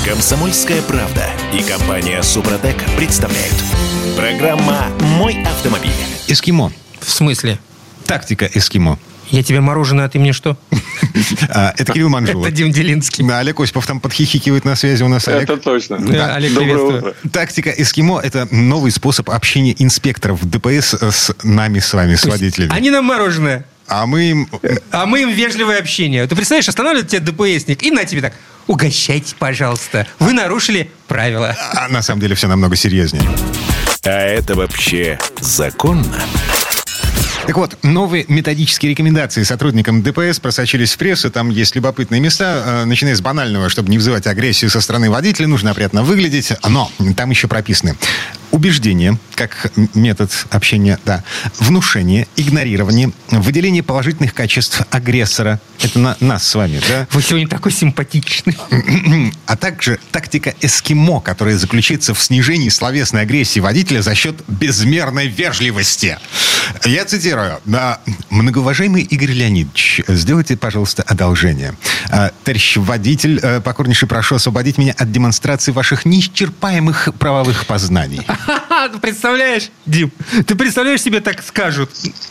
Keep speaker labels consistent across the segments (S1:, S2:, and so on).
S1: Комсомольская правда и компания «Супротек» представляют. Программа «Мой автомобиль».
S2: Эскимо.
S3: В смысле?
S2: Тактика эскимо.
S3: Я тебе мороженое, а ты мне что?
S2: Это Кирилл Манжулов.
S3: Это Дим Делинский.
S2: Олег Осипов там подхихикивает на связи у нас. Олег.
S4: Это точно.
S3: Олег, приветствую.
S2: Тактика эскимо – это новый способ общения инспекторов ДПС с нами, с вами, с водителями.
S3: Они нам мороженое.
S2: А мы им
S3: вежливое общение. Ты представляешь, останавливает тебя ДПСник и на тебе так: угощайте, пожалуйста. Вы нарушили правила.
S2: А на самом деле все намного серьезнее.
S1: А это вообще законно?
S2: Так вот, новые методические рекомендации сотрудникам ДПС просочились в прессу. Там есть любопытные места. Начиная с банального: чтобы не вызывать агрессию со стороны водителя, нужно опрятно выглядеть. Но там еще прописаны убеждение, как метод общения, да, внушение, игнорирование, выделение положительных качеств агрессора. Это на нас с вами, да?
S3: Вы сегодня такой симпатичный.
S2: А также тактика эскимо, которая заключается в снижении словесной агрессии водителя за счет безмерной вежливости. Я цитирую. Многоуважаемый Игорь Леонидович, сделайте, пожалуйста, одолжение. Товарищ водитель, покорнейше прошу освободить меня от демонстрации ваших неисчерпаемых правовых познаний.
S3: Ты представляешь, Дим? Ты представляешь, себе так скажут?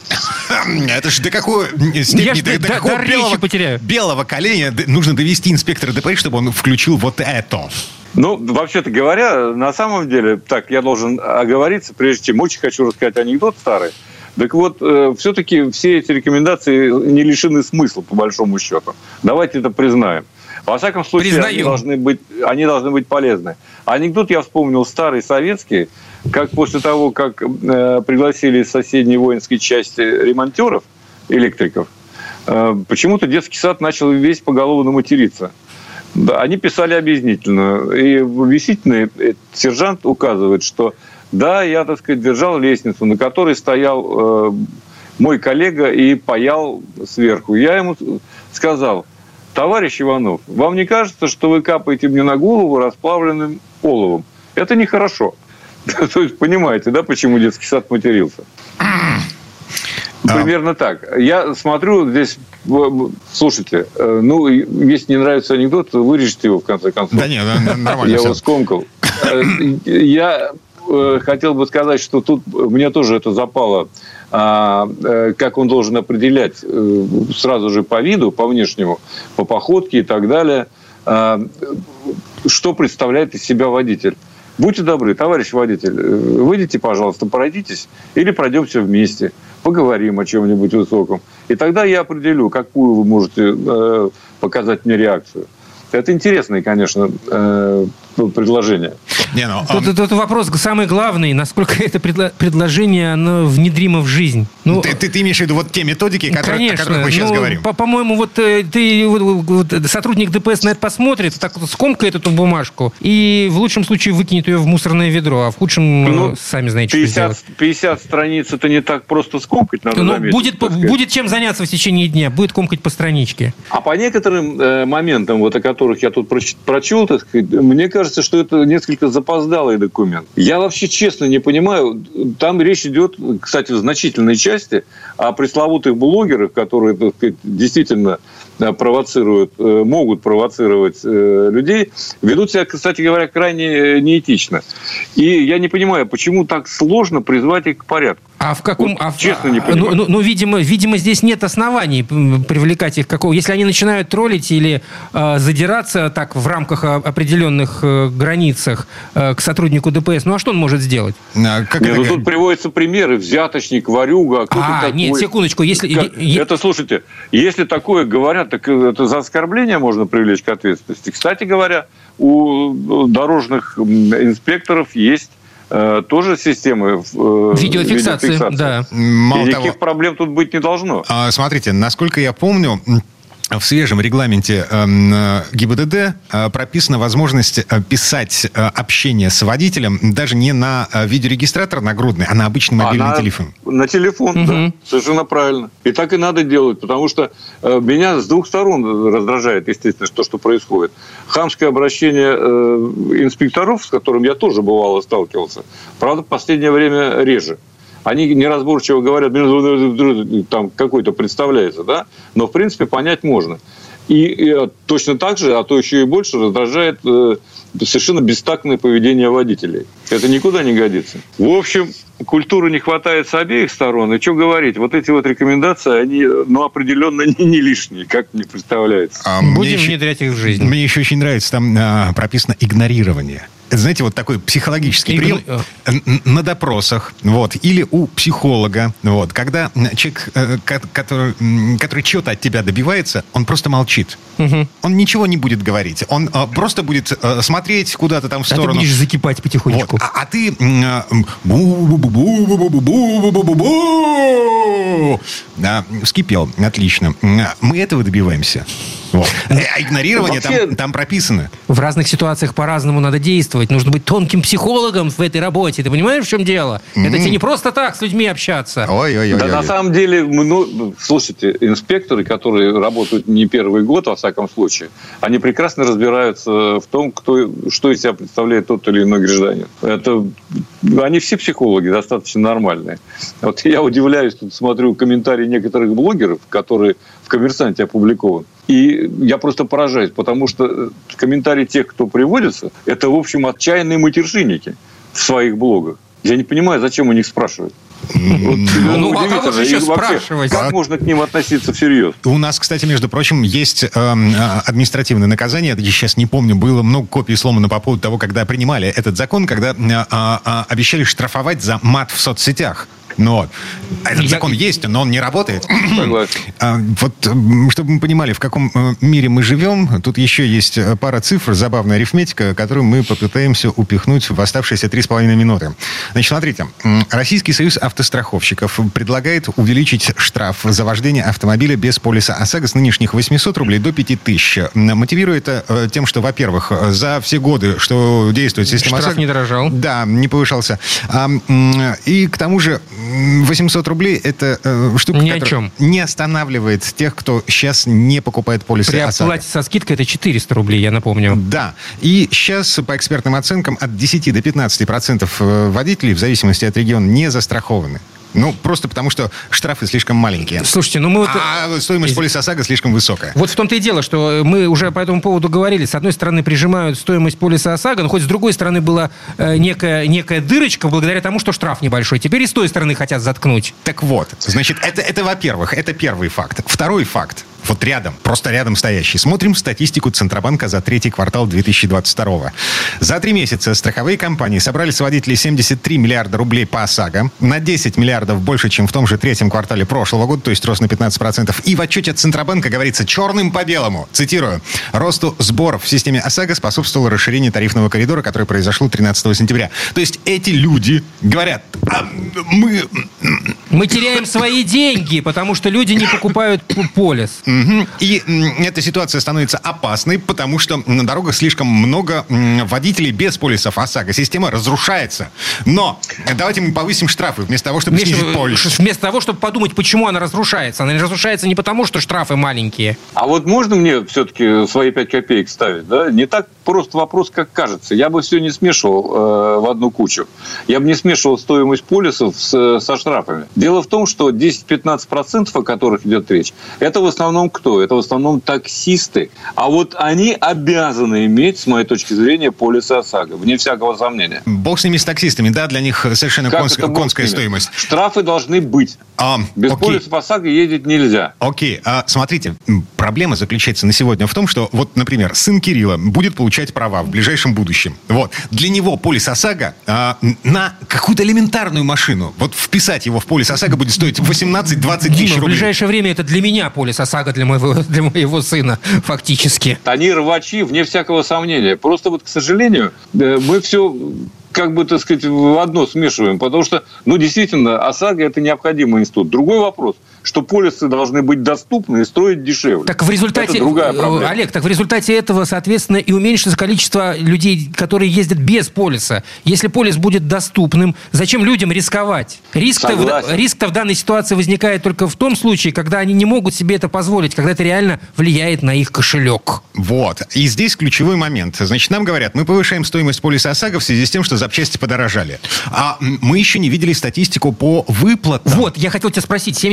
S2: Это ж до какой степени, до какого белого коленя нужно довести инспектора ДПС, чтобы он включил вот это?
S4: Ну, вообще-то говоря, на самом деле, так, я должен оговориться, прежде чем очень хочу рассказать анекдот старый. Так вот, все-таки все эти рекомендации не лишены смысла, по большому счету. Давайте это признаем. Во всяком случае, они должны быть полезны. Анекдот я вспомнил старый, советский, как после того, как пригласили из соседней воинской части ремонтеров, электриков, почему-то детский сад начал весь поголовно материться. Да, они писали объяснительную. И в объяснительной сержант указывает, что да, я, так сказать, держал лестницу, на которой стоял мой коллега и паял сверху. Я ему сказал: товарищ Иванов, вам не кажется, что вы капаете мне на голову расплавленным оловом? Это нехорошо. То есть, понимаете, да, почему детский сад матерился? Примерно так. Я смотрю здесь... Слушайте, ну, если не нравится анекдот, то вырежьте его, в конце концов.
S2: Да нет, нормально.
S4: Я его скомкал. Я хотел бы сказать, что тут мне тоже это запало, как он должен определять сразу же по виду, по внешнему, по походке и так далее, что представляет из себя водитель. Будьте добры, товарищ водитель, выйдите, пожалуйста, пройдитесь или пройдемся вместе, поговорим о чем-нибудь высоком. И тогда я определю, какую вы можете показать мне реакцию. Это интересное, конечно, предложение.
S3: Тут вопрос самый главный: насколько это предложение оно внедримо в жизнь. Ну,
S2: ты имеешь в виду вот те методики, о которых мы сейчас говорим?
S3: По-моему, сотрудник ДПС на это посмотрит, так вот скомкает эту бумажку и в лучшем случае выкинет ее в мусорное ведро, а в худшем, сами знаете,
S4: 50,
S3: что сделать.
S4: 50 страниц это не так просто скомкать, надо заметить.
S3: Будет чем заняться в течение дня, будет комкать по страничке.
S4: А по некоторым моментам, вот о которых я тут прочел, так сказать, мне кажется, что это несколько запоздалый документ. Я вообще честно не понимаю. Там речь идет, кстати, в значительной части о пресловутых блогерах, которые, так сказать, действительно провоцируют, могут провоцировать людей, ведут себя, кстати говоря, крайне неэтично. И я не понимаю, почему так сложно призвать их к порядку.
S3: А в каком...
S4: Вот, честно не понимаю.
S3: Видимо, здесь нет оснований привлекать их к какому... Если они начинают троллить или задираться так в рамках определенных границах к сотруднику ДПС, ну а что он может сделать?
S4: Тут приводятся примеры: взяточник, ворюга.
S3: Нет, секундочку.
S4: Это, слушайте, если такое говорят, так это за оскорбление можно привлечь к ответственности. Кстати говоря, у дорожных инспекторов есть тоже системы
S3: видеофиксации. Да.
S4: И никаких проблем тут быть не должно.
S2: Смотрите, насколько я помню, в свежем регламенте ГИБДД прописана возможность писать общение с водителем даже не на видеорегистратор нагрудный, а на обычный мобильный телефон. На телефон, да. Совершенно правильно. И так и надо делать, потому что меня с двух сторон раздражает, естественно, то, что происходит. Хамское обращение инспекторов, с которым я тоже бывало сталкивался, правда, в последнее время реже. Они неразборчиво говорят, там какой-то представляется, да? Но, в принципе, понять можно.
S4: И точно так же, а то еще и больше, раздражает совершенно бестактное поведение водителей. Это никуда не годится. В общем, культуры не хватает с обеих сторон. И что говорить, вот эти вот рекомендации, они, определенно не лишние, как мне представляется.
S3: Будем внедрять их в жизнь.
S2: Мне еще очень нравится, там прописано игнорирование. Это, знаете, вот такой психологический прием на допросах, или у психолога, когда человек, который чего-то от тебя добивается, он просто молчит. Угу. Он ничего не будет говорить. Он просто будет смотреть куда-то там в сторону.
S3: А ты будешь закипать потихонечку.
S2: А ты... Вскипел. Отлично. Мы этого добиваемся. А игнорирование там прописано.
S3: В разных ситуациях по-разному надо действовать. Нужно быть тонким психологом в этой работе. Ты понимаешь, в чем дело? Это тебе не просто так с людьми общаться.
S4: Да, на самом деле, слушайте, инспекторы, которые работают не первый год, во всяком случае, они прекрасно разбираются в том, что из себя представляет тот или иной гражданин. Они все психологи достаточно нормальные. Вот я удивляюсь, тут смотрю комментарии некоторых блогеров, которые в «Коммерсанте» опубликованы. И я просто поражаюсь, потому что комментарии тех, кто приводится, это, в общем, отчаянные матершинники в своих блогах. Я не понимаю, зачем у них спрашивают.
S3: А кого же еще спрашивать?
S4: Как можно к ним относиться всерьез?
S2: У нас, кстати, между прочим, есть административное наказание. Я сейчас не помню, было много копий сломано по поводу того, когда принимали этот закон, когда обещали штрафовать за мат в соцсетях. Этот закон есть, но он не работает. Чтобы мы понимали, в каком мире мы живем, тут еще есть пара цифр, забавная арифметика, которую мы попытаемся упихнуть в оставшиеся 3,5 минуты. Значит, смотрите. Российский союз автостраховщиков предлагает увеличить штраф за вождение автомобиля без полиса ОСАГО с нынешних 800 рублей до 5000. Мотивируя это тем, что, во-первых, за все годы, что действует система ОСАГО...
S3: Штраф не дорожал.
S2: Да, не повышался. И к тому же 800 рублей – это штука, которая не останавливает тех, кто сейчас не покупает полисы ОСАГО.
S3: При оплате со скидкой это 400 рублей, я напомню.
S2: Да. И сейчас, по экспертным оценкам, от 10 до 15% водителей, в зависимости от региона, не застрахованы. Просто потому, что штрафы слишком маленькие.
S3: Слушайте,
S2: а стоимость полиса ОСАГО слишком высокая.
S3: Вот в том-то и дело, что мы уже по этому поводу говорили. С одной стороны, прижимают стоимость полиса ОСАГО, но хоть с другой стороны была некая дырочка благодаря тому, что штраф небольшой. Теперь и с той стороны хотят заткнуть.
S2: Так вот, значит, это во-первых, это первый факт. Второй факт. Вот рядом, просто рядом стоящий. Смотрим статистику Центробанка за третий квартал 2022. За 3 месяца страховые компании собрали с водителей 73 миллиарда рублей по ОСАГО. На 10 миллиардов больше, чем в том же третьем квартале прошлого года, то есть рост на 15%. И в отчете Центробанка говорится черным по белому. Цитирую. Росту сборов в системе ОСАГО способствовало расширение тарифного коридора, которое произошло 13 сентября. То есть эти люди говорят,
S3: мы теряем свои деньги, потому что люди не покупают полис.
S2: И эта ситуация становится опасной, потому что на дорогах слишком много водителей без полисов ОСАГО. Система разрушается. Но давайте мы повысим штрафы вместо того, чтобы снизить полис.
S3: Вместо того, чтобы подумать, почему она разрушается. Она разрушается не потому, что штрафы маленькие.
S4: А вот можно мне все-таки свои 5 копеек ставить? Да? Не так просто вопрос, как кажется. Я бы все не смешивал в одну кучу. Я бы не смешивал стоимость полисов со штрафами. Дело в том, что 10-15%, о которых идет речь, это в основном кто? Это в основном таксисты. А вот они обязаны иметь, с моей точки зрения, полис ОСАГО. Вне всякого сомнения.
S2: Бог с ними, с таксистами. Да, для них совершенно конская стоимость.
S4: Штрафы должны быть. Без полиса ОСАГО ездить нельзя.
S2: Окей. Смотрите, проблема заключается на сегодня в том, что, вот, например, сын Кирилла будет получать права в ближайшем будущем. Вот. Для него полис ОСАГО на какую-то элементарную машину, вот вписать его в полис ОСАГО будет стоить 18-20 тысяч рублей.
S3: В ближайшее время это для меня полис ОСАГО, для моего сына, фактически.
S4: Они рвачи, вне всякого сомнения. Просто вот, к сожалению, мы все... как бы, так сказать, в одно смешиваем. Потому что, действительно, ОСАГО – это необходимый институт. Другой вопрос, что полисы должны быть доступны и стоить дешевле.
S3: Так в результате,
S4: это другая проблема.
S3: Олег, так в результате этого, соответственно, и уменьшится количество людей, которые ездят без полиса. Если полис будет доступным, зачем людям рисковать? Риск-то в данной ситуации возникает только в том случае, когда они не могут себе это позволить, когда это реально влияет на их кошелек.
S2: Вот. И здесь ключевой момент. Значит, нам говорят, мы повышаем стоимость полиса ОСАГО в связи с тем, что запчасти подорожали. А мы еще не видели статистику по выплатам.
S3: Вот, я хотел тебя спросить. 73 миллиарда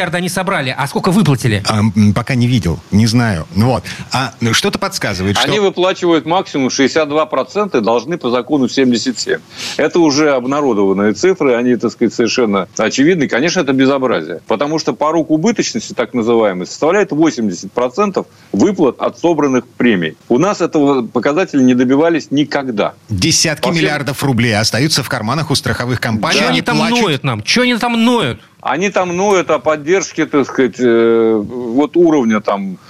S3: миллиарда они собрали, а сколько выплатили?
S2: Пока не видел, не знаю. Вот. Что-то подсказывает, что...
S4: Они выплачивают максимум 62%, должны по закону 77%. Это уже обнародованные цифры, они, так сказать, совершенно очевидны. Конечно, это безобразие. Потому что порог убыточности, так называемый, составляет 80% выплат от собранных премий. У нас этого показателя не добивались никогда.
S2: Десятки миллиардов рублей остаются в карманах у страховых компаний.
S3: Что они там ноют нам? Что они там ноют?
S4: Они там ноют о поддержке, так сказать, вот уровня там...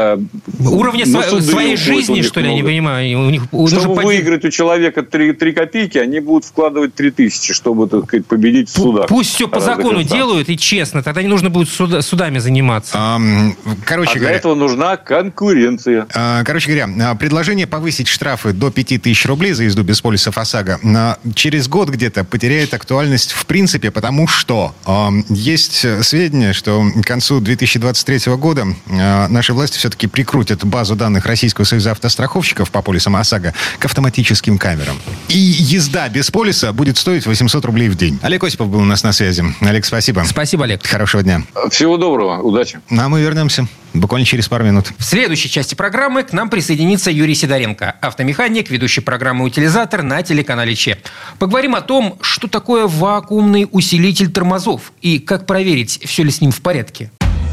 S3: Уровня своей жизни, что ли, я не понимаю.
S4: Чтобы выиграть у человека 3 копейки, они будут вкладывать 3000, чтобы, так сказать, победить в судах.
S3: Пусть все по закону делают и честно, тогда не нужно будет судами заниматься.
S4: Для этого нужна конкуренция.
S2: Короче говоря, предложение повысить штрафы до 5000 рублей за езду без полиса ОСАГО через год где-то потеряет актуальность в принципе, потому что есть сведения, что к концу 2023 года наши власти все-таки прикрутят базу данных Российского союза автостраховщиков по полисам ОСАГО к автоматическим камерам. И езда без полиса будет стоить 800 рублей в день. Олег Осипов был у нас на связи. Олег, спасибо.
S3: Спасибо, Олег.
S2: Хорошего дня.
S4: Всего доброго. Удачи.
S2: А мы вернемся буквально через пару минут.
S3: В следующей части программы к нам присоединится Юрий Сидоренко, автомеханик, ведущий программы «Утилизатор» на телеканале ЧЕ. Поговорим о том, что такое вакуумный усилитель тормозов и как проверить, все ли с ним в порядке.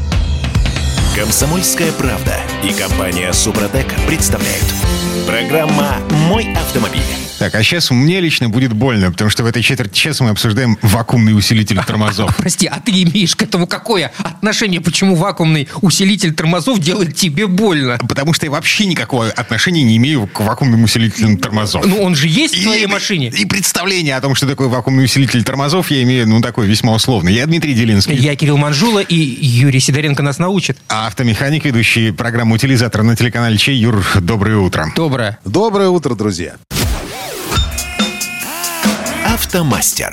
S1: «Комсомольская правда» и компания «Супротек» представляют. Программа «Мой автомобиль».
S2: Так, а сейчас мне лично будет больно, потому что в этой четверти часа мы обсуждаем вакуумный усилитель тормозов.
S3: Прости, а ты имеешь к этому какое отношение? Почему вакуумный усилитель тормозов делает тебе больно?
S2: Потому что я вообще никакого отношения не имею к вакуумным усилителям тормозов.
S3: Ну, он же есть в твоей машине.
S2: И представление о том, что такое вакуумный усилитель тормозов, я имею, такой весьма условный. Я Дмитрий Делинский.
S3: Я Кирилл Манжула, и Юрий Сидоренко нас научит.
S2: Автомеханик, ведущий программу «Утилизатор» на телеканале ЧЕ. Юр, доброе утро.
S3: Доброе.
S5: Доброе утро, друзья.
S1: Автомастер.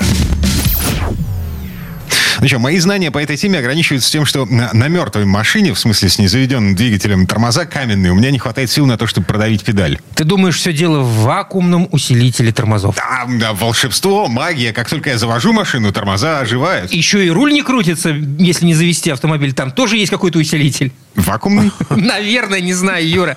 S2: Ну что, мои знания по этой теме ограничиваются тем, что на мертвой машине, в смысле с незаведенным двигателем, тормоза каменные, у меня не хватает сил на то, чтобы продавить педаль.
S3: Ты думаешь, все дело в вакуумном усилителе тормозов?
S2: Да, волшебство, магия. Как только я завожу машину, тормоза оживают.
S3: Еще и руль не крутится, если не завести автомобиль. Там тоже есть какой-то усилитель?
S2: Вакуумный?
S3: Наверное, не знаю, Юра.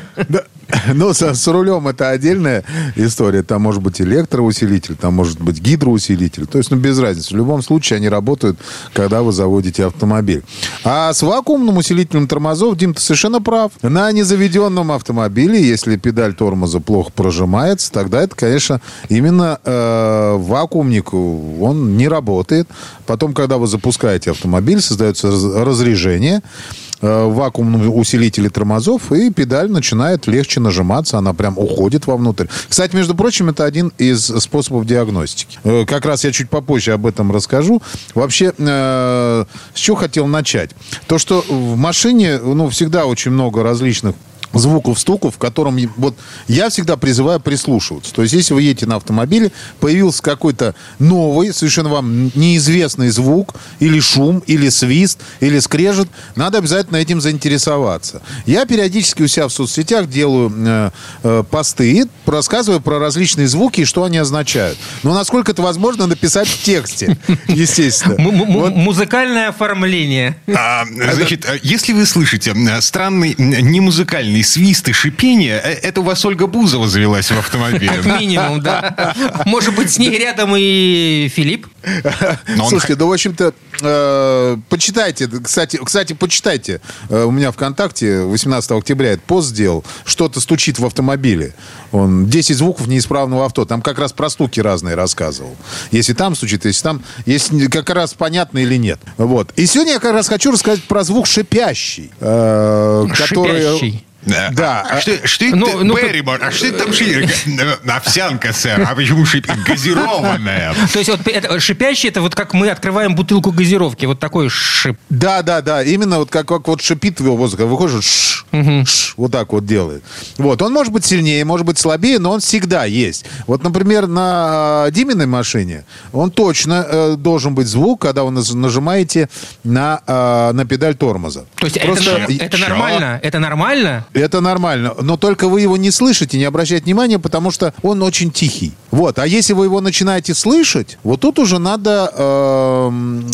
S5: Ну, с рулем это отдельная история. Там может быть электроусилитель, там может быть гидроусилитель. То есть, без разницы. В любом случае они работают, когда вы заводите автомобиль. А с вакуумным усилителем тормозов, Дим, ты совершенно прав. На незаведенном автомобиле, если педаль тормоза плохо прожимается, тогда это, конечно, именно вакуумник, он не работает. Потом, когда вы запускаете автомобиль, создается разрежение в вакуумном усилителе тормозов, и педаль начинает легче нажиматься, она прям уходит вовнутрь. Кстати, между прочим, это один из способов диагностики. Как раз я чуть попозже об этом расскажу. Вообще, с чего хотел начать? То, что в машине, всегда очень много различных звуков, стуков, в котором вот я всегда призываю прислушиваться. То есть, если вы едете на автомобиле, появился какой-то новый, совершенно вам неизвестный звук, или шум, или свист, или скрежет, надо обязательно этим заинтересоваться. Я периодически у себя в соцсетях делаю посты, рассказываю про различные звуки и что они означают. Но насколько это возможно написать в тексте, естественно.
S3: Музыкальное оформление.
S2: Значит, если вы слышите странный немузыкальный свист и шипение, это у вас Ольга Бузова завелась в автомобиле.
S3: Как минимум, да. Может быть, с ней рядом и Филипп?
S5: Слушайте, в общем-то, почитайте. Кстати, почитайте. У меня ВКонтакте 18 октября этот пост сделал. Что-то стучит в автомобиле. 10 звуков неисправного авто. Там как раз про стуки разные рассказывал. Если там стучит, если там... Если как раз понятно или нет. Вот. И сегодня я как раз хочу рассказать про звук шипящий.
S3: Шипящий.
S2: Да. Что это? Берримор. А что это там овсянка, сэр? А почему газированная?
S3: То есть вот это шипящий, это вот как мы открываем бутылку газировки. Вот такой шип.
S5: Да. Именно вот как вот шипит его воздух. Выходит, вот так вот делает. Вот. Он может быть сильнее, может быть слабее, но он всегда есть. Вот, например, на Диминой машине он точно должен быть звук, когда вы нажимаете на педаль тормоза.
S3: То есть это нормально? Это нормально?
S5: Это нормально, но только вы его не слышите, не обращайте внимания, потому что он очень тихий. Вот, а если вы его начинаете слышать, вот тут уже надо,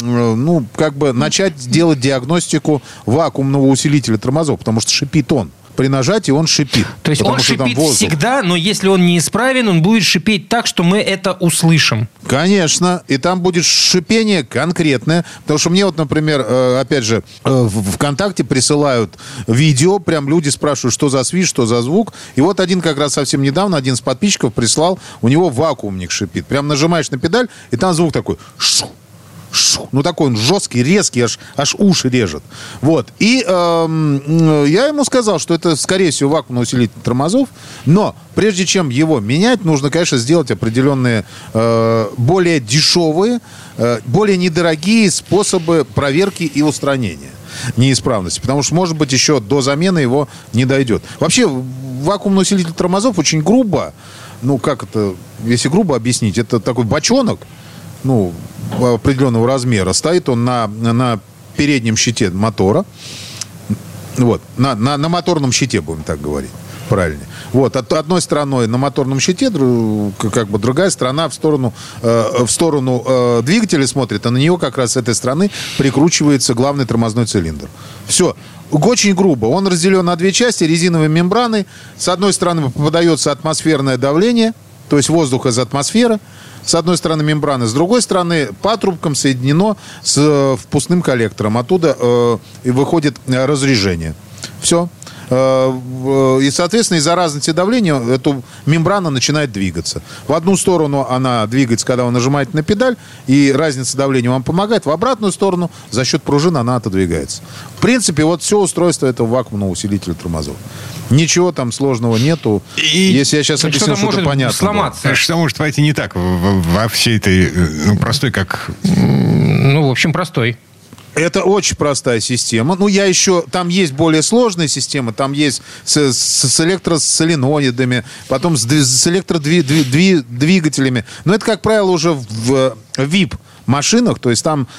S5: начать делать диагностику вакуумного усилителя тормозов, потому что шипит он. При нажатии он шипит.
S3: То есть он шипит всегда, но если он неисправен, он будет шипеть так, что мы это услышим.
S5: Конечно. И там будет шипение конкретное. Потому что мне вот, например, опять же, в ВКонтакте присылают видео, прям люди спрашивают, что за свист, что за звук. И вот один как раз совсем недавно, один из подписчиков прислал, у него вакуумник шипит. Прям нажимаешь на педаль, и там звук такой... Ну, такой он жесткий, резкий, аж уши режет. Вот. И я ему сказал, что это, скорее всего, вакуумный усилитель тормозов. Но прежде чем его менять, нужно, конечно, сделать определенные более дешевые, более недорогие способы проверки и устранения неисправности. Потому что, может быть, еще до замены его не дойдет. Вообще, вакуумный усилитель тормозов очень грубо, как это, если грубо объяснить, это такой бочонок, определенного размера. Стоит он на переднем щите мотора. Вот. На моторном щите, будем так говорить. Правильнее. Вот. Одной стороной на моторном щите, другая сторона в сторону двигателя смотрит, а на нее как раз с этой стороны прикручивается главный тормозной цилиндр. Все. Очень грубо. Он разделен на две части резиновой мембраной. С одной стороны подается атмосферное давление, то есть воздух из атмосферы. С одной стороны мембраны, с другой стороны патрубком соединено с впускным коллектором. Оттуда выходит разрежение. Все. И, соответственно, из-за разности давления эта мембрана начинает двигаться. В одну сторону она двигается, когда вы нажимаете на педаль, и разница давления вам помогает. В обратную сторону за счет пружин она отодвигается. В принципе, вот все устройство этого вакуумного усилителя тормозов. Ничего там сложного нету. Если я сейчас объясню, что-то понятно.
S3: Сломаться.
S2: Да. Что может пойти не так во всей этой простой, как...
S3: В общем, простой.
S5: Это очень простая система. Там есть более сложные системы. Там есть с электросоленоидами, потом с электродвигателями. Но это, как правило, уже в VIP машинах. То есть там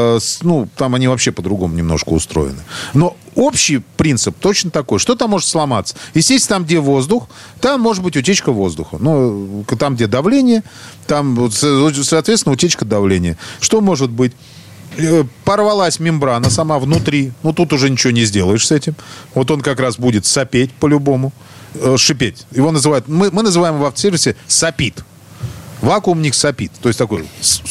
S5: они вообще по-другому немножко устроены. Но общий принцип точно такой. Что там может сломаться? Естественно, там, где воздух, там может быть утечка воздуха. Там, где давление, там, соответственно, утечка давления. Что может быть? Порвалась мембрана сама внутри. Тут уже ничего не сделаешь с этим. Вот он как раз будет сопеть по-любому. Шипеть. Его называют... Мы называем его в автосервисе сопит. Вакуумник сопит. То есть такой...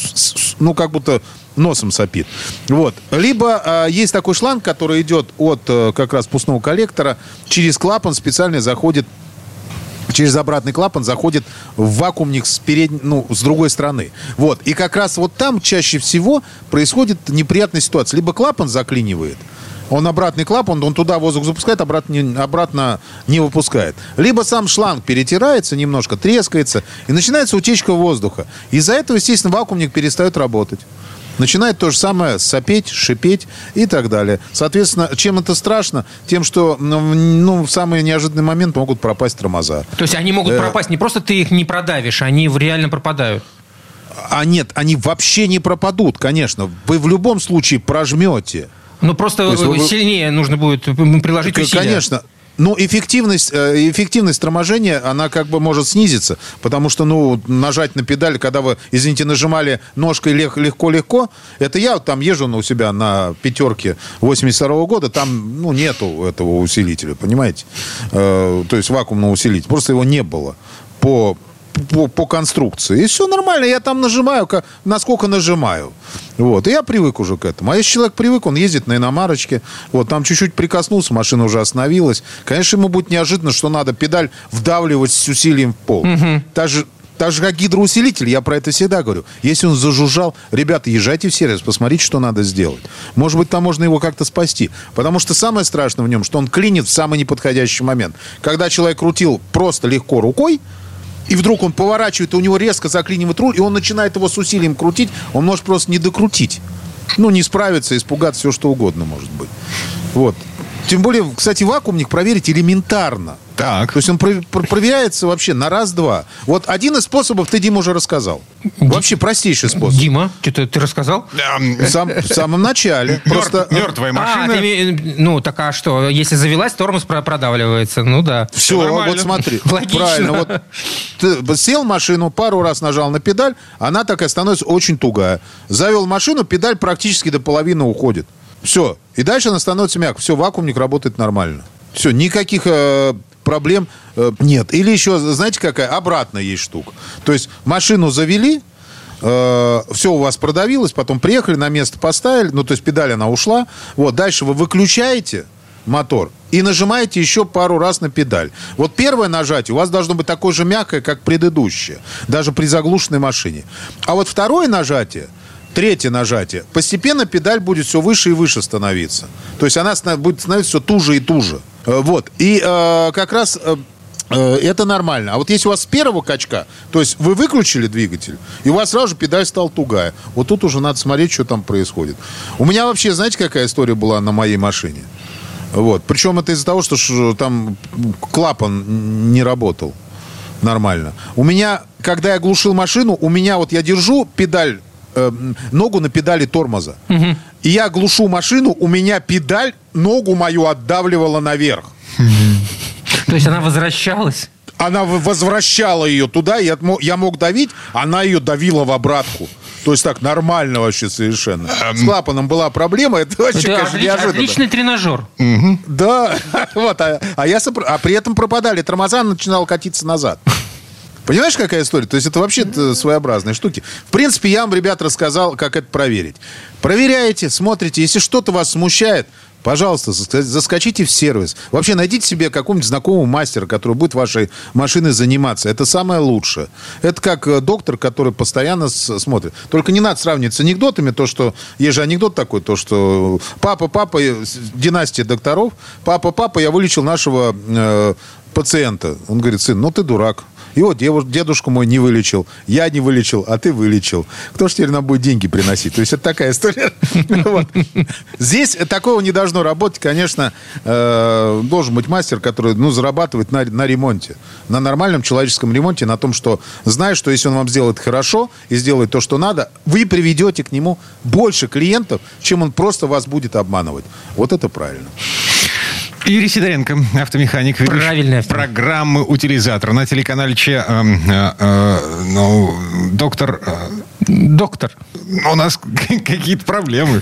S5: как будто носом сопит. Вот. Либо есть такой шланг, который идет от как раз впускного коллектора. Через клапан специально заходит... Через обратный клапан заходит в вакуумник с другой стороны. Вот. И как раз вот там чаще всего происходит неприятная ситуация. Либо клапан заклинивает, он обратный клапан, он туда воздух запускает, обратно не выпускает. Либо сам шланг перетирается немножко, трескается, и начинается утечка воздуха. Из-за этого, естественно, вакуумник перестает работать. Начинает то же самое сопеть, шипеть и так далее. Соответственно, чем это страшно? Тем, что в самый неожиданный момент могут пропасть тормоза.
S3: То есть они могут пропасть, не просто ты их не продавишь, они реально пропадают.
S5: Нет, они вообще не пропадут, конечно. Вы в любом случае прожмете.
S3: Просто сильнее нужно будет приложить усилия.
S5: Конечно. Эффективность торможения, она как бы может снизиться, потому что, нажать на педаль, когда вы, нажимали ножкой легко-легко, это я там езжу у себя на пятерке 82-го года, там, нету этого усилителя, понимаете? То есть вакуумного усилителя, просто его не было по конструкции. И все нормально, я там нажимаю, насколько нажимаю. Вот. И я привык уже к этому. А если человек привык, он ездит на иномарочке, там чуть-чуть прикоснулся, машина уже остановилась. Конечно, ему будет неожиданно, что надо педаль вдавливать с усилием в пол. Угу. Так же, как гидроусилитель, я про это всегда говорю. Если он зажужжал, ребята, езжайте в сервис, посмотрите, что надо сделать. Может быть, там можно его как-то спасти. Потому что самое страшное в нем, что он клинит в самый неподходящий момент. Когда человек крутил просто легко рукой, и вдруг он поворачивает, и у него резко заклинивает руль, и он начинает его с усилием крутить, он может просто не докрутить. Не справиться, испугаться, все что угодно может быть. Вот. Тем более, кстати, вакуумник проверить элементарно.
S2: Так.
S5: То есть он проверяется вообще на раз-два. Вот один из способов ты, Дима, уже рассказал. Вообще простейший способ.
S3: Дима, что-то ты рассказал?
S5: В самом начале. Просто
S2: мертвая машина.
S3: Так а что? Если завелась, тормоз продавливается. Ну да.
S5: Все, вот смотри.
S3: Логично.
S5: Правильно. Вот ты сел в машину, пару раз нажал на педаль, она такая становится очень тугая. Завел машину, педаль практически до половины уходит. Все. И дальше она становится мягкой. Все, вакуумник работает нормально. Все, никаких проблем нет. Или еще, знаете, какая? Обратно есть штука. То есть машину завели, все у вас продавилось, потом приехали, на место поставили, то есть педаль она ушла. Вот, дальше вы выключаете мотор и нажимаете еще пару раз на педаль. Вот первое нажатие у вас должно быть такое же мягкое, как предыдущее, даже при заглушенной машине. А вот второе нажатие, третье нажатие, постепенно педаль будет все выше и выше становиться. То есть она будет становиться все туже и туже. Вот. И как раз это нормально. А вот если у вас с первого качка, то есть вы выключили двигатель, и у вас сразу же педаль стала тугая. Вот тут уже надо смотреть, что там происходит. У меня вообще, знаете, какая история была на моей машине? Вот. Причем это из-за того, что там клапан не работал нормально. У меня, когда я глушил машину, я держу педаль, ногу на педали тормоза. Угу. И я глушу машину, у меня педаль ногу мою отдавливала наверх.
S3: То есть она возвращалась?
S5: Она возвращала ее туда, я мог давить, она ее давила в обратку. То есть так, нормально вообще совершенно. С клапаном была проблема, это вообще, конечно, неожиданно.
S3: Отличный тренажер.
S2: Угу.
S5: Да, вот, а при этом пропадали тормоза, она начинала катиться назад. Понимаешь, какая история? То есть это вообще своеобразные штуки. В принципе, я вам, ребят, рассказал, как это проверить. Проверяете, смотрите. Если что-то вас смущает, пожалуйста, заскочите в сервис. Вообще найдите себе какого-нибудь знакомого мастера, который будет вашей машиной заниматься. Это самое лучшее. Это как доктор, который постоянно смотрит. Только не надо сравнивать с анекдотами. То, что... Есть же анекдот такой, то, что папа, династия докторов, папа, я вылечил нашего пациента. Он говорит, сын, ты дурак. И вот дедушку мой не вылечил, я не вылечил, а ты вылечил. Кто ж теперь нам будет деньги приносить? То есть это такая история. Здесь такого не должно работать. Конечно, должен быть мастер, который зарабатывает на ремонте. На нормальном человеческом ремонте, на том, что знает, что если он вам сделает хорошо и сделает то, что надо, вы приведете к нему больше клиентов, чем он просто вас будет обманывать. Вот это правильно.
S2: Юрий Сидоренко, автомеханик, ведущий программы «Утилизатор» на телеканале доктор.
S3: Доктор.
S2: У нас какие-то проблемы.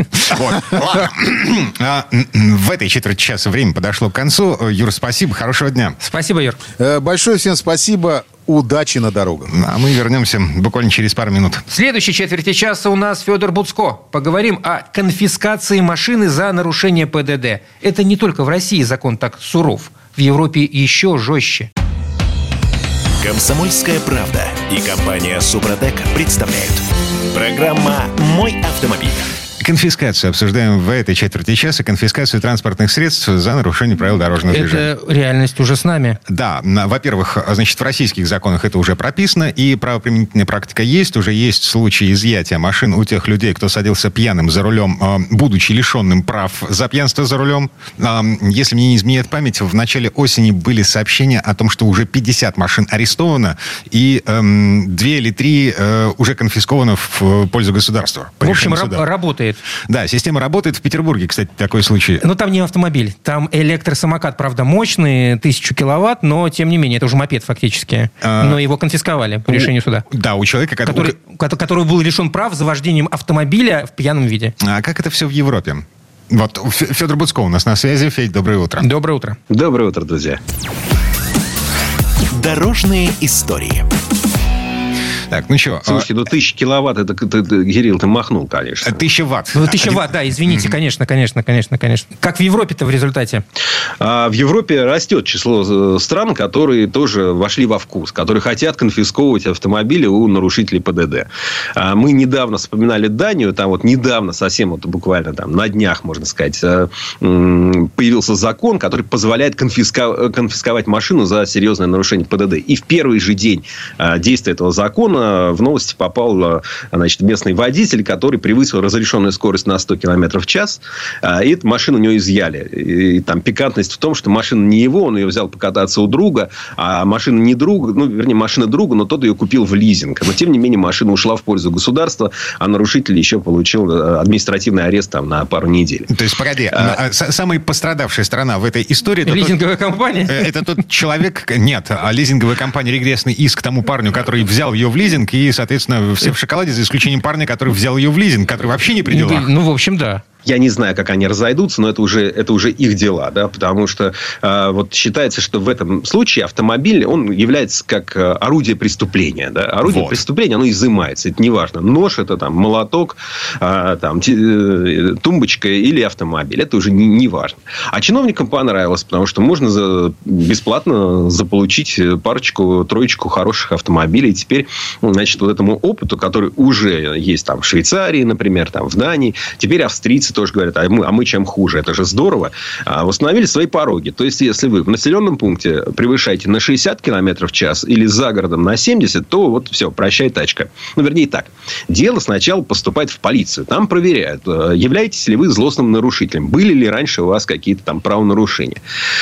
S2: В этой четверти часа время подошло к концу. Юр, спасибо, хорошего дня.
S3: Спасибо, Юр.
S5: Большое всем спасибо. Удачи на дорогах.
S2: А мы вернемся буквально через пару минут.
S3: В следующей четверти часа у нас Федор Буцко. Поговорим о конфискации машины за нарушение ПДД. Это не только в России закон так суров. В Европе еще жестче.
S1: «Комсомольская правда» и компания «Супротек» представляют. Программа «Мой автомобиль».
S2: Конфискацию обсуждаем в этой четверти часа. Конфискацию транспортных средств за нарушение правил дорожного движения.
S3: Это реальность уже с нами.
S2: Да. Во-первых, в российских законах это уже прописано, и правоприменительная практика есть. Уже есть случаи изъятия машин у тех людей, кто садился пьяным за рулем, будучи лишенным прав за пьянство за рулем. Если мне не изменяет память, в начале осени были сообщения о том, что уже 50 машин арестовано, и 2 или 3 уже конфисковано в пользу государства.
S3: В общем, работает.
S2: Да, система работает. В Петербурге, кстати, такой случай.
S3: Но там не автомобиль. Там электросамокат, правда, мощный, 1000 киловатт, но, тем не менее, это уже мопед фактически. Но его конфисковали по решению суда.
S2: Да, у человека,
S3: который был лишен прав за вождением автомобиля в пьяном виде.
S2: А как это все в Европе? Вот, Федор Буцко у нас на связи. Федь, доброе утро.
S3: Доброе утро.
S4: Доброе утро, друзья.
S1: Дорожные истории.
S2: Так, ну что?
S4: Слушайте, 1000 киловатт, это Кирилл, ты махнул, конечно.
S2: 1000 ватт.
S3: 1000 ватт, да, извините, конечно. Как в Европе-то в результате?
S4: В Европе растет число стран, которые тоже вошли во вкус, которые хотят конфисковывать автомобили у нарушителей ПДД. Мы недавно вспоминали Данию, там вот недавно, совсем буквально там на днях, можно сказать, появился закон, который позволяет конфисковать машину за серьезное нарушение ПДД. И в первый же день действия этого закона
S6: недавно в новости попал, значит, местный водитель, который превысил разрешенную скорость на 100 км в час. И эту машину у него изъяли. И там пикантность в том, что машина не его, он ее взял покататься у друга, а машина не друга, ну, вернее, машина друга, но тот ее купил в лизинг. Но, тем не менее, машина ушла в пользу государства, а нарушитель еще получил административный арест там на пару недель.
S2: То есть, погоди, самая пострадавшая сторона в этой истории...
S3: Лизинговая компания?
S2: Это тот человек... Нет, лизинговая компания регрессный иск тому парню, который взял ее в лизинг, и, соответственно, все в шоколаде, за исключением парня, который взял ее в лизинг, который вообще не при делах.
S3: Ну, в общем, да.
S6: Я не знаю, как они разойдутся, но это уже их дела, да, потому что вот считается, что в этом случае автомобиль, он является как орудие преступления, да, орудие преступления, оно изымается, это неважно, нож, это там молоток, там тумбочка или автомобиль, это уже не важно. А чиновникам понравилось, потому что можно бесплатно заполучить парочку-троечку хороших автомобилей, и теперь, значит, вот этому опыту, который уже есть там в Швейцарии, например, там в Дании, теперь австрийцы тоже говорят, а мы чем хуже, это же здорово, восстановили свои пороги. То есть, если вы в населенном пункте превышаете на 60 км в час или за городом на 70, то вот все, прощай тачка. Ну, вернее так. Дело сначала поступает в полицию. Там проверяют, являетесь ли вы злостным нарушителем. Были ли раньше у вас какие-то там правонарушения.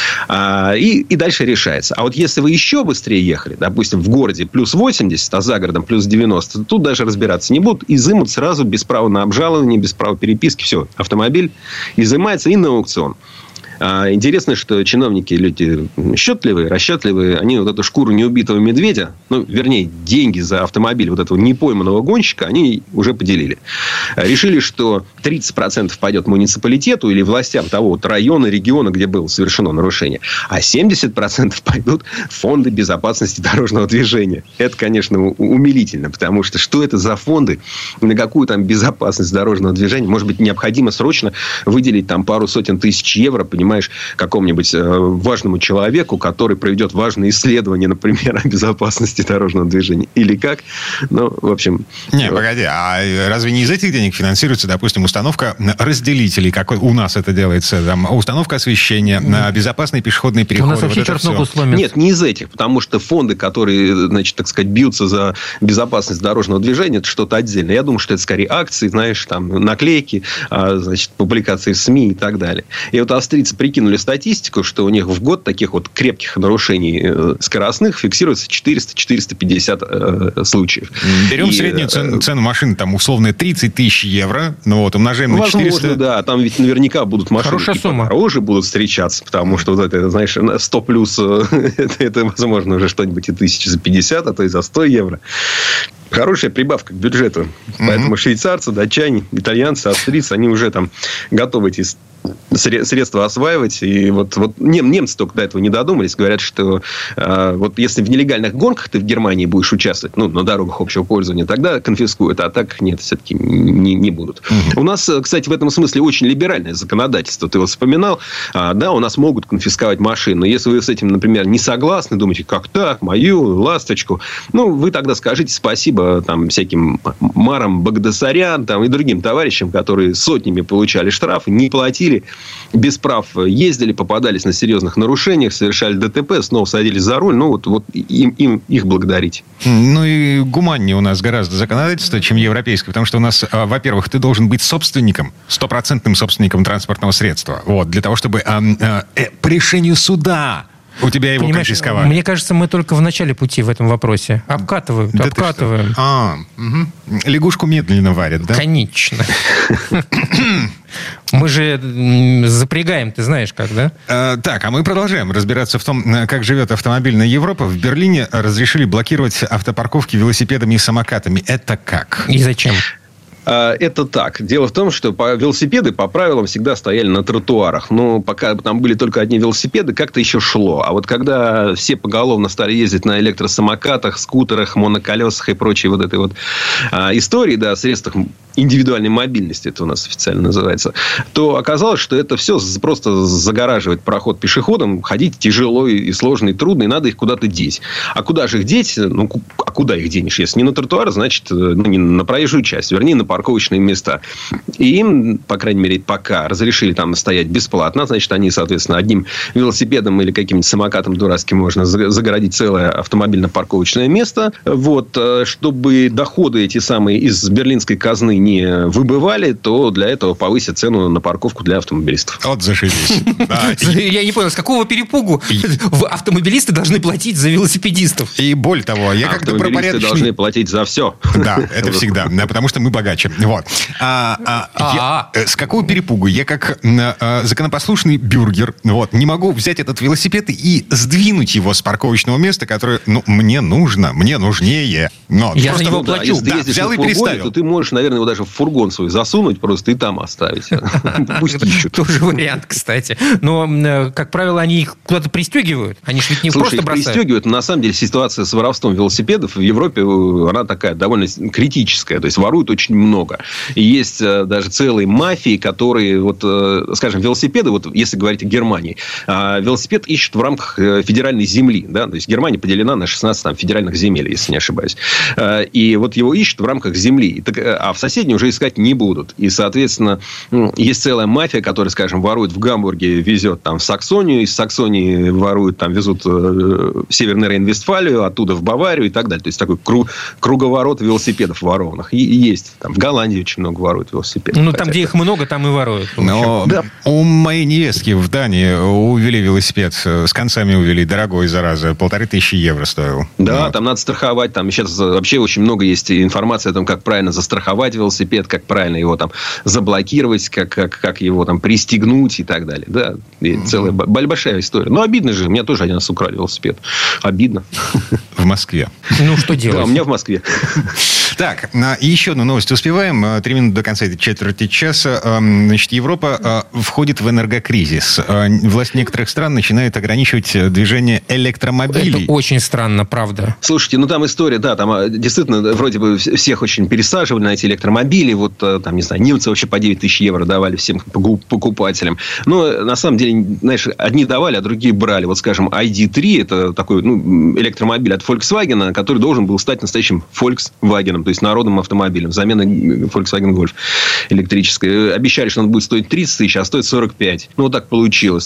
S6: И дальше решается. А вот если вы еще быстрее ехали, допустим, в городе плюс 80, а за городом плюс 90, то тут даже разбираться не будут. Изымут сразу без права на обжалование, без права переписки. Все. Автомобиль изымается и на аукцион. Интересно, что чиновники, люди счетливые, расчетливые, они вот эту шкуру неубитого медведя, ну, вернее, деньги за автомобиль вот этого непойманного гонщика, они уже поделили. Решили, что 30% пойдет муниципалитету или властям того вот района, региона, где было совершено нарушение, а 70% пойдут в фонды безопасности дорожного движения. Это, конечно, умилительно, потому что это за фонды, на какую там безопасность дорожного движения? Может быть, необходимо срочно выделить там пару сотен тысяч евро, понимаешь, какому-нибудь важному человеку, который проведет важные исследования, например, о безопасности дорожного движения. Или как? Ну, в общем...
S2: Не, погоди, а разве не из этих денег финансируется, допустим, установка разделителей, как у нас это делается, там, установка освещения, безопасные пешеходные переходы? У нас
S3: вообще черт ногу сломит.
S6: Нет, не из этих, потому что фонды, которые, значит, так сказать, бьются за безопасность дорожного движения, это что-то отдельное. Я думаю, что это скорее акции, знаешь, там, наклейки, значит, публикации в СМИ и так далее. И вот австрийцы прикинули статистику, что у них в год таких вот крепких нарушений скоростных фиксируется 400-450 случаев.
S2: Берем среднюю цену машины, там, условно, 30 тысяч евро, ну вот, умножаем на 400.
S6: Возможно, да. Там ведь наверняка будут машины подороже будут встречаться, потому что, вот это, знаешь, 100 плюс, это, возможно, уже что-нибудь и 1000 за 50, а то и за 100 евро. Хорошая прибавка к бюджету. Поэтому швейцарцы, датчане, итальянцы, австрийцы, они уже там готовы эти средства осваивать. И вот немцы только до этого не додумались. Говорят, что вот если в нелегальных гонках ты в Германии будешь участвовать, ну, на дорогах общего пользования, тогда конфискуют. А так нет, все-таки не будут. У нас, кстати, в этом смысле очень либеральное законодательство. Ты вот вспоминал, да, у нас могут конфисковать машину. Но если вы с этим, например, не согласны, думаете, как так, мою ласточку, ну, вы тогда скажите спасибо там всяким Марам Багдасарян там, и другим товарищам, которые сотнями получали штрафы, не платили, без прав ездили, попадались на серьезных нарушениях, совершали ДТП, снова садились за руль. Ну, вот им их благодарить.
S2: Ну, и гуманнее у нас гораздо законодательство, чем европейское. Потому что у нас, во-первых, ты должен быть собственником, стопроцентным собственником транспортного средства. Вот, для того, чтобы по решению суда у тебя его конфисковали.
S3: Мне кажется, мы только в начале пути в этом вопросе. Обкатываем.
S2: Лягушку медленно варят, да?
S3: Конечно. Мы же запрягаем, ты знаешь как, да?
S2: Так, а мы продолжаем разбираться в том, как живет автомобильная Европа. В Берлине разрешили блокировать автопарковки велосипедами и самокатами. Это как?
S3: И зачем?
S6: Это так. Дело в том, что велосипеды по правилам всегда стояли на тротуарах. Но пока там были только одни велосипеды, как-то еще шло. А вот когда все поголовно стали ездить на электросамокатах, скутерах, моноколесах и прочей вот этой вот истории, да, средствах индивидуальной мобильности, это у нас официально называется, то оказалось, что это все просто загораживает проход пешеходам. Ходить тяжело и сложно, и трудно, и надо их куда-то деть. А куда же их деть? Ну, а куда их денешь? Если не на тротуар, значит, не на проезжую часть, вернее, на парковочные места. И им, по крайней мере, пока разрешили там стоять бесплатно, значит, они, соответственно, одним велосипедом или каким-нибудь самокатом дурацким можно загородить целое автомобильно-парковочное место. Вот. Чтобы доходы эти самые из берлинской казны не выбывали, то для этого повысят цену на парковку для автомобилистов.
S2: Вот зашибись.
S3: Я не понял, с какого перепугу автомобилисты должны платить за велосипедистов?
S2: И более того, я как добропорядочный...
S6: Автомобилисты должны платить за все.
S2: Да, это всегда, потому что мы богаче. Вот. С какого перепугу? Я как законопослушный бюргер не могу взять этот велосипед и сдвинуть его с парковочного места, которое мне нужно, мне нужнее. Но
S3: я за него плачу.
S6: Если ты ездишь на фургоне, то ты можешь, наверное, его даже в фургон свой засунуть просто и там оставить. Пусть ищут.
S3: Тоже вариант, кстати. Но, как правило, они их куда-то пристегивают. Они же ведь не просто бросают.
S6: Пристегивают. На самом деле, ситуация с воровством велосипедов в Европе, она такая довольно критическая. То есть, воруют очень много. И есть даже целые мафии, которые, скажем, велосипеды, если говорить о Германии, велосипед ищут в рамках федеральной земли. Да? То есть, Германия поделена на 16 федеральных земель, если не ошибаюсь. И его ищут в рамках земли. А в соседней уже искать не будут. И, соответственно, есть целая мафия, которая, скажем, ворует в Гамбурге, везет там в Саксонию, из Саксонии воруют, там везут в Северный Рейн-Вестфалию, оттуда в Баварию и так далее. То есть, такой круговорот велосипедов ворованных. И есть. Там в Голландии очень много воруют велосипедов.
S3: Там, где их много, там и воруют.
S2: Но у моей невестки в Дании увели велосипед. С концами увели. Дорогой, зараза. 1500 евро стоил.
S6: Да, там надо страховать. Там сейчас вообще очень много есть информации о том, как правильно застраховать велосипед, как правильно его там заблокировать, как его там пристегнуть и так далее. Да, целая большая история. Но обидно же. У меня тоже один раз украли велосипед. Обидно.
S2: В Москве.
S3: Ну, что делать?
S6: Да, у меня в Москве.
S2: Так, еще одну новость успеваем. 3 минуты до конца этой четверти часа. Значит, Европа входит в энергокризис. Власть некоторых стран начинает ограничивать движение электромобилей.
S3: Это очень странно, правда.
S6: Слушайте, там история, да, там действительно вроде бы всех очень пересаживали на эти электромобили. Там, не знаю, немцы вообще по 9 тысяч евро давали всем покупателям. Но, на самом деле, знаешь, одни давали, а другие брали. Скажем, ID3, это такой электромобиль от Volkswagen, который должен был стать настоящим Volkswagen, то есть народным автомобилем, замена Volkswagen Golf электрической. Обещали, что он будет стоить 30 тысяч, а стоит 45. Так получилось.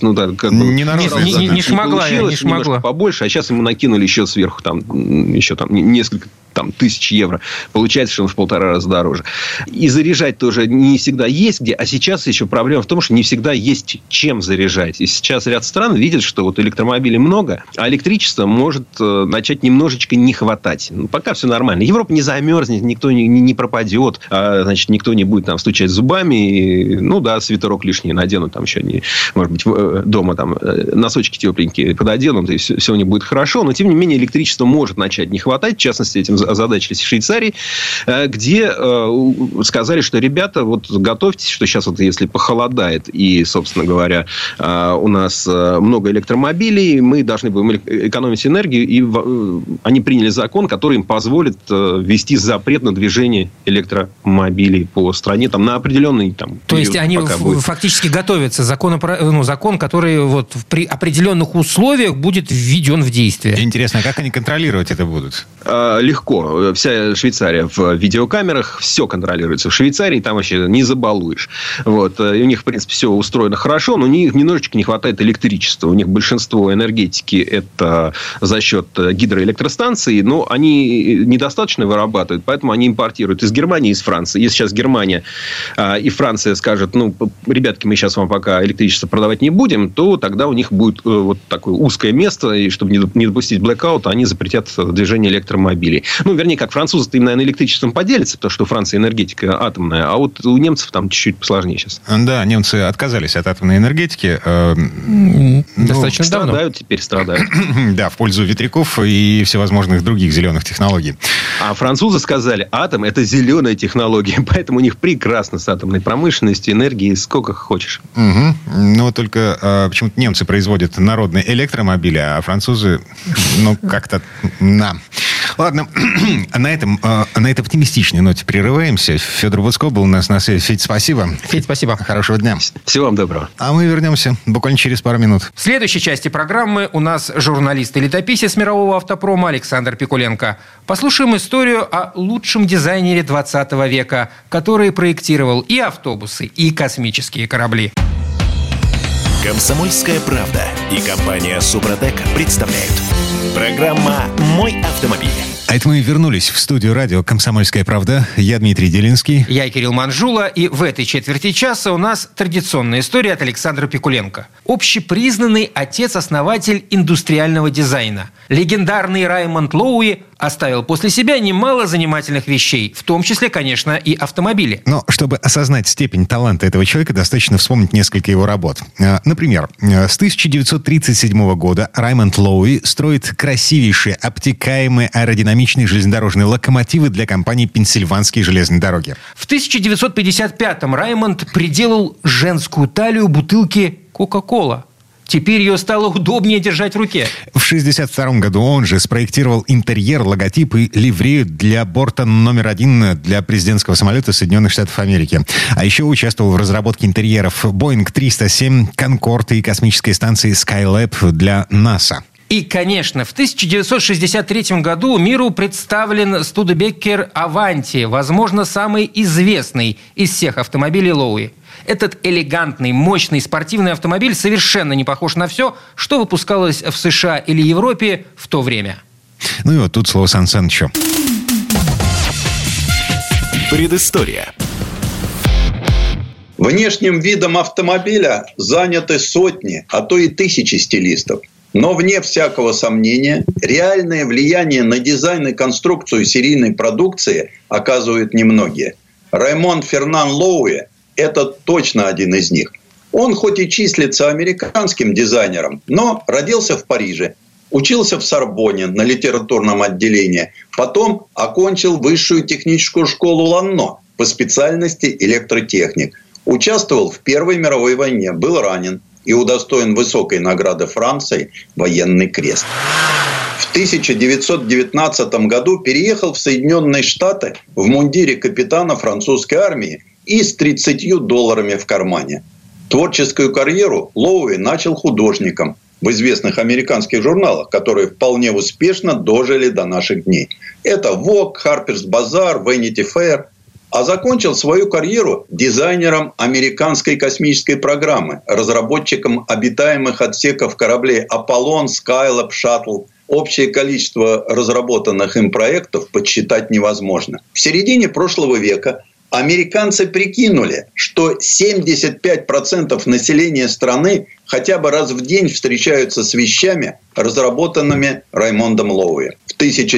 S3: Не шмогла.
S6: Побольше, а сейчас ему накинули еще сверху еще несколько тысяч евро. Получается, что он в 1,5 раза дороже. И заряжать тоже не всегда есть где. А сейчас еще проблема в том, что не всегда есть чем заряжать. И сейчас ряд стран видят, что электромобилей много, а электричества может начать немножечко не хватать. Пока все нормально. Европа не замерзнет, никто не пропадет. Значит, никто не будет там стучать зубами. Свитерок лишний наденут. Там еще не, может быть, дома там носочки тепленькие пододенут. И все у них будет хорошо. Но, тем не менее, электричества может начать не хватать. В частности, этим озадачились в Швейцарии, где сказали, что ребята, готовьтесь, что сейчас если похолодает и, собственно говоря, у нас много электромобилей, мы должны будем экономить энергию, и они приняли закон, который им позволит ввести запрет на движение электромобилей по стране на определенный период.
S3: То есть они фактически готовятся. Закон, который при определенных условиях будет введен в действие.
S2: Интересно, а как они контролировать это будут?
S6: Легко. Вся Швейцария в видеокамерах, все контролируется в Швейцарии, там вообще не забалуешь. И у них, в принципе, все устроено хорошо, но у них немножечко не хватает электричества. У них большинство энергетики это за счет гидроэлектростанций, но они недостаточно вырабатывают, поэтому они импортируют из Германии и из Франции. Если сейчас Германия и Франция скажут, ребятки, мы сейчас вам пока электричество продавать не будем, то тогда у них будет такое узкое место, и чтобы не допустить блэкаута, они запретят движение электромобилей. Вернее, как французы-то им, наверное, электричеством поделятся, потому что у Франции энергетика атомная, а у немцев там чуть-чуть посложнее сейчас.
S2: Да, немцы отказались от атомной энергетики.
S3: Достаточно давно.
S6: Теперь страдают.
S2: Да, в пользу ветряков и всевозможных других зеленых технологий.
S6: А французы сказали, атом – это зеленая технология, поэтому у них прекрасно с атомной промышленностью, энергией сколько хочешь.
S2: Только почему-то немцы производят народные электромобили, а французы, как-то... Ладно, на этой оптимистичной ноте прерываемся. Федор Буцко был у нас на связи. Федь, спасибо.
S3: Федь, спасибо.
S2: Хорошего дня.
S6: Всего вам доброго.
S2: А мы вернемся буквально через пару минут.
S3: В следующей части программы у нас журналист и летописец мирового автопрома Александр Пикуленко. Послушаем историю о лучшем дизайнере 20 века, который проектировал и автобусы, и космические корабли.
S1: «Комсомольская правда» и компания «Супротек» представляют. Программа «Мой автомобиль».
S2: А это мы вернулись в студию радио «Комсомольская правда». Я Дмитрий Делинский.
S3: Я Кирилл Манжула. И в этой четверти часа у нас традиционная история от Александра Пикуленко. Общепризнанный отец-основатель индустриального дизайна. Легендарный Раймонд Лоуи оставил после себя немало занимательных вещей, в том числе, конечно, и автомобили.
S2: Но чтобы осознать степень таланта этого человека, достаточно вспомнить несколько его работ. Например, с 1937 года Раймонд Лоуи строит красивейшие, обтекаемые аэродинамичные железнодорожные локомотивы для компании «Пенсильванские железные дороги». В
S3: 1955-м Раймонд приделал женскую талию бутылки «Кока-кола». Теперь ее стало удобнее держать в руке.
S2: В 1962 году он же спроектировал интерьер, логотип и ливрею для борта номер 1 для президентского самолета Соединенных Штатов Америки. А еще участвовал в разработке интерьеров Boeing 307, Конкорд и космической станции Skylab для НАСА.
S3: И, конечно, в 1963 году миру представлен Студебеккер Аванти, возможно, самый известный из всех автомобилей Лоуи. Этот элегантный, мощный спортивный автомобиль совершенно не похож на все, что выпускалось в США или Европе в то время.
S2: Ну и вот тут слово Сан Санычу.
S1: Предыстория.
S7: Внешним видом автомобиля заняты сотни, а то и тысячи стилистов. Но, вне всякого сомнения, реальное влияние на дизайн и конструкцию серийной продукции оказывают немногие. Раймонд Фернан Лоуи – это точно один из них. Он хоть и числится американским дизайнером, но родился в Париже, учился в Сорбонне на литературном отделении, потом окончил высшую техническую школу Ланно по специальности электротехник. Участвовал в Первой мировой войне, был ранен и удостоен высокой награды Франции «Военный крест». В 1919 году переехал в Соединенные Штаты в мундире капитана французской армии и с $30 в кармане. Творческую карьеру Лоуи начал художником в известных американских журналах, которые вполне успешно дожили до наших дней. Это Vogue, Harper's Bazaar, Vanity Fair. А закончил свою карьеру дизайнером американской космической программы, разработчиком обитаемых отсеков кораблей «Аполлон», «Skylab», «Шаттл». Общее количество разработанных им проектов подсчитать невозможно. В середине прошлого века американцы прикинули, что 75% населения страны хотя бы раз в день встречаются с вещами, разработанными Раймондом Лоуи. В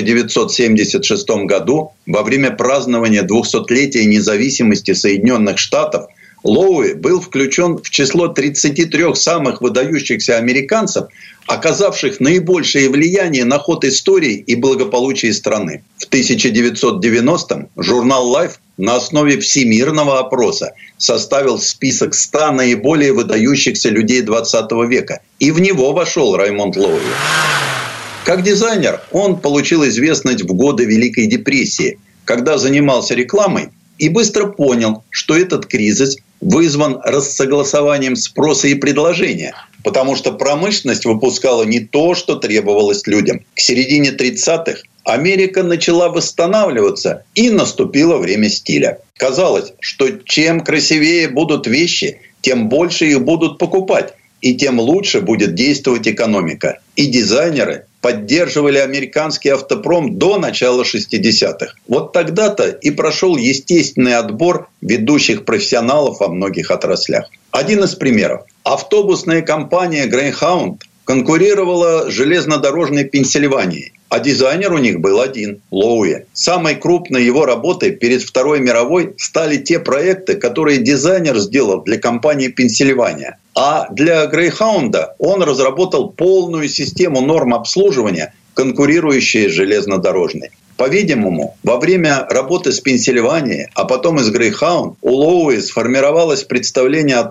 S7: 1976 году, во время празднования 200-летия независимости Соединенных Штатов, Лоуи был включен в число 33 самых выдающихся американцев, оказавших наибольшее влияние на ход истории и благополучия страны. В 1990-м журнал Life на основе всемирного опроса составил список 100 наиболее выдающихся людей 20 века. И в него вошел Раймонд Лоуи. Как дизайнер он получил известность в годы Великой депрессии, когда занимался рекламой и быстро понял, что этот кризис вызван рассогласованием спроса и предложения, потому что промышленность выпускала не то, что требовалось людям. К середине 30-х Америка начала восстанавливаться, и наступило время стиля. Казалось, что чем красивее будут вещи, тем больше их будут покупать, и тем лучше будет действовать экономика. И дизайнеры поддерживали американский автопром до начала 60-х. Вот тогда-то и прошел естественный отбор ведущих профессионалов во многих отраслях. Один из примеров. Автобусная компания Greyhound конкурировала с железнодорожной Пенсильванией. А дизайнер у них был один – Лоуи. Самой крупной его работой перед Второй мировой стали те проекты, которые дизайнер сделал для компании «Пенсильвания». А для Грейхаунда он разработал полную систему норм обслуживания, конкурирующие с железнодорожной. По-видимому, во время работы с Пенсильванией, а потом и с Грейхаунд, у Лоуи сформировалось представление о том,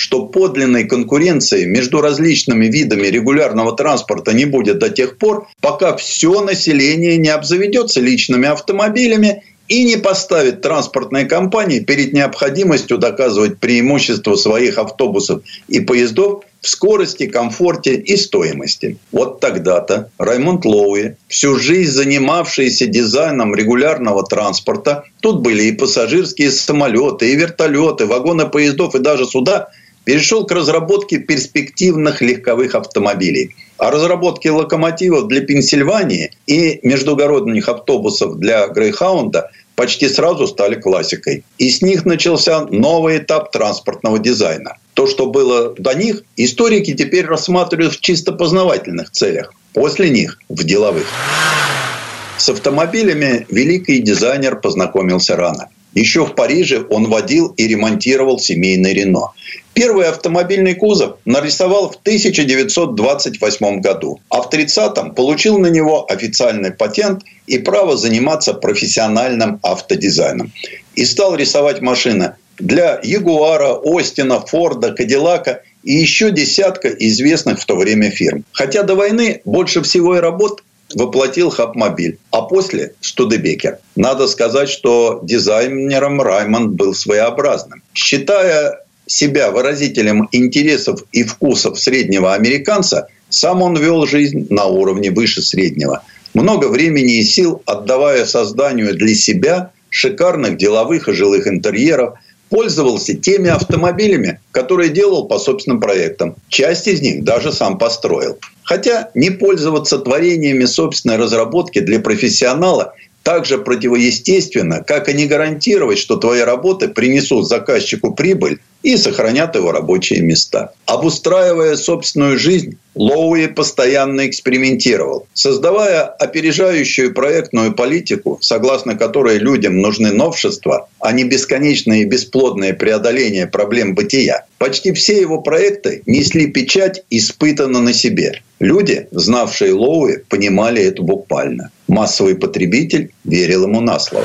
S7: что подлинной конкуренции между различными видами регулярного транспорта не будет до тех пор, пока все население не обзаведется личными автомобилями и не поставит транспортные компании перед необходимостью доказывать преимущество своих автобусов и поездов в скорости, комфорте и стоимости. Вот тогда-то Раймонд Лоуи, всю жизнь занимавшийся дизайном регулярного транспорта, тут были и пассажирские самолеты, и вертолеты, вагоны поездов и даже суда, перешел к разработке перспективных легковых автомобилей. А разработки локомотивов для Пенсильвании и междугородних автобусов для Грейхаунда почти сразу стали классикой. И с них начался новый этап транспортного дизайна. То, что было до них, историки теперь рассматривают в чисто познавательных целях. После них – в деловых. С автомобилями великий дизайнер познакомился рано. Еще в Париже он водил и ремонтировал семейный Рено. Первый автомобильный кузов нарисовал в 1928 году, а в 1930-м получил на него официальный патент и право заниматься профессиональным автодизайном. И стал рисовать машины для Ягуара, Остина, Форда, Кадиллака и еще десятка известных в то время фирм. Хотя до войны больше всего и работ воплотил Хапмобиль, а после – Студебекер. Надо сказать, что дизайнером Раймонд был своеобразным. Считая себя выразителем интересов и вкусов среднего американца, сам он вел жизнь на уровне выше среднего. Много времени и сил отдавая созданию для себя шикарных деловых и жилых интерьеров, пользовался теми автомобилями, которые делал по собственным проектам. Часть из них даже сам построил. Хотя не пользоваться творениями собственной разработки для профессионала так же противоестественно, как и не гарантировать, что твои работы принесут заказчику прибыль и сохранят его рабочие места. Обустраивая собственную жизнь, Лоуи постоянно экспериментировал, создавая опережающую проектную политику, согласно которой людям нужны новшества, а не бесконечное и бесплодное преодоление проблем бытия. Почти все его проекты несли печать «испытано на себе». Люди, знавшие Лоуи, понимали это буквально. Массовый потребитель верил ему на слово.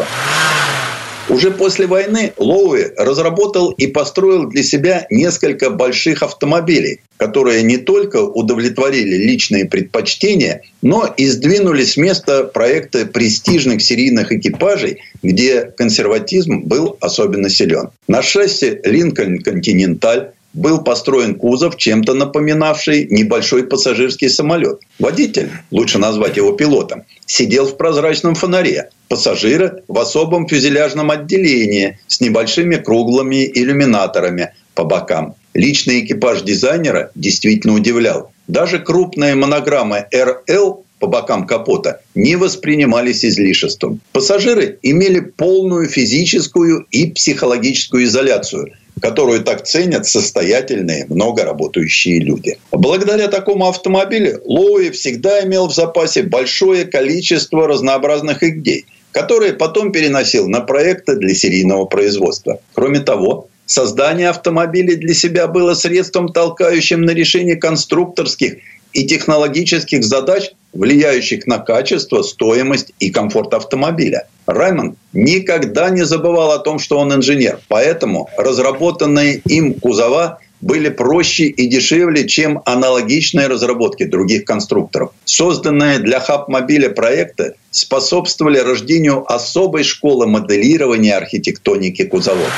S7: Уже после войны Лоуи разработал и построил для себя несколько больших автомобилей, которые не только удовлетворили личные предпочтения, но и сдвинули с места проекты престижных серийных экипажей, где консерватизм был особенно силен. На шасси «Линкольн Континенталь» был построен кузов, чем-то напоминавший небольшой пассажирский самолет. Водитель, лучше назвать его пилотом, сидел в прозрачном фонаре. Пассажиры в особом фюзеляжном отделении с небольшими круглыми иллюминаторами по бокам. Личный экипаж дизайнера действительно удивлял. Даже крупные монограммы «РЛ» по бокам капота не воспринимались излишеством. Пассажиры имели полную физическую и психологическую изоляцию, которую так ценят состоятельные, много работающие люди. Благодаря такому автомобилю Лоуи всегда имел в запасе большое количество разнообразных идей, которые потом переносил на проекты для серийного производства. Кроме того, создание автомобилей для себя было средством, толкающим на решение конструкторских и технологических задач, влияющих на качество, стоимость и комфорт автомобиля. Раймонд никогда не забывал о том, что он инженер. Поэтому разработанные им кузова были проще и дешевле, чем аналогичные разработки других конструкторов. Созданные для Хапмобиля проекты способствовали рождению особой школы моделирования архитектоники кузовов.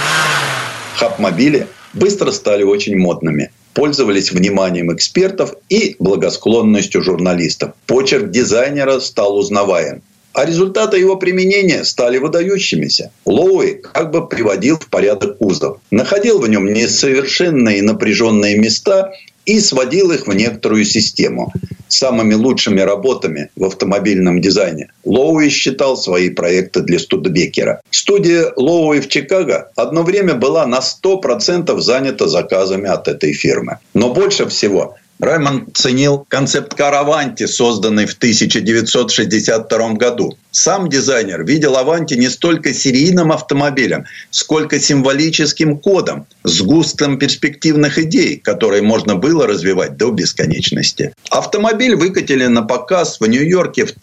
S7: Хапмобили быстро стали очень модными, пользовались вниманием экспертов и благосклонностью журналистов. Почерк дизайнера стал узнаваем, а результаты его применения стали выдающимися. Лоуи как бы приводил в порядок кузов, находил в нем несовершенные и напряженные места и сводил их в некоторую систему. Самыми лучшими работами в автомобильном дизайне Лоуи считал свои проекты для Студебекера. Студия Лоуи в Чикаго одно время была на 100% занята заказами от этой фирмы. Но больше всего Раймонд ценил концепт-кар «Аванти», созданный в 1962 году. Сам дизайнер видел «Аванти» не столько серийным автомобилем, сколько символическим кодом, сгустком перспективных идей, которые можно было развивать до бесконечности. Автомобиль выкатили на показ в Нью-Йорке в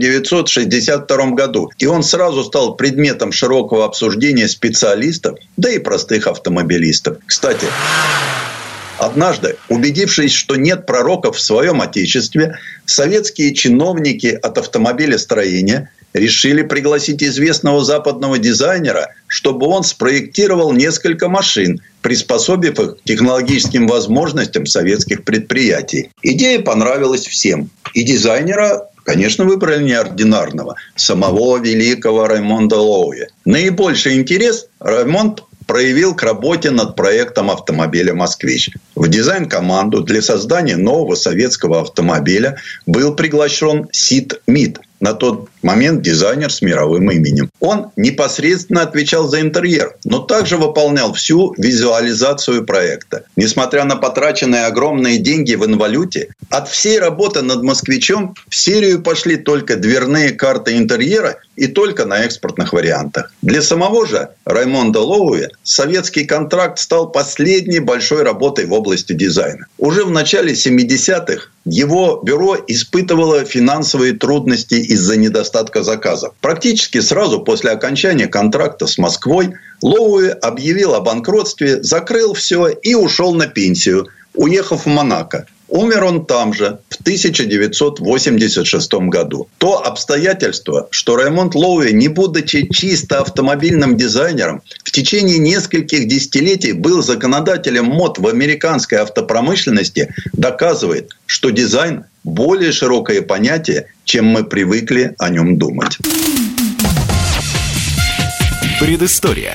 S7: 1962 году, и он сразу стал предметом широкого обсуждения специалистов, да и простых автомобилистов. Кстати, Однажды, убедившись, что нет пророков в своем отечестве, советские чиновники от автомобилестроения решили пригласить известного западного дизайнера, чтобы он спроектировал несколько машин, приспособив их к технологическим возможностям советских предприятий. Идея понравилась всем. И дизайнера, конечно, выбрали неординарного, самого великого Раймонда Лоуэ. Наибольший интерес Раймонд проявил к работе над проектом автомобиля «Москвич». В дизайн-команду для создания нового советского автомобиля был приглашен Сид Мид, на тот момент дизайнер с мировым именем. Он непосредственно отвечал за интерьер, но также выполнял всю визуализацию проекта. Несмотря на потраченные огромные деньги в инвалюте, от всей работы над «Москвичом» в серию пошли только дверные карты интерьера и только на экспортных вариантах. Для самого же Раймонда Лоуэ советский контракт стал последней большой работой в области дизайна. Уже в начале 70-х его бюро испытывало финансовые трудности из-за недостатка заказов. Практически сразу после окончания контракта с Москвой Лоуэ объявил о банкротстве, закрыл все и ушел на пенсию, уехав в Монако. Умер он там же, в 1986 году. То обстоятельство, что Раймонд Лоуэ, не будучи чисто автомобильным дизайнером, в течение нескольких десятилетий был законодателем мод в американской автопромышленности, доказывает, что дизайн – более широкое понятие, чем мы привыкли о нем думать.
S1: Предыстория.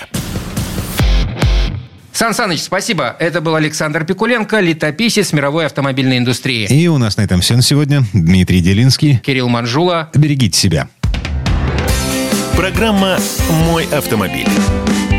S3: Сан Саныч, спасибо. Это был Александр Пикуленко, летописец мировой автомобильной индустрии.
S2: И у нас на этом все на сегодня. Дмитрий Делинский.
S3: Кирилл Манжула.
S2: Берегите себя.
S1: Программа «Мой автомобиль».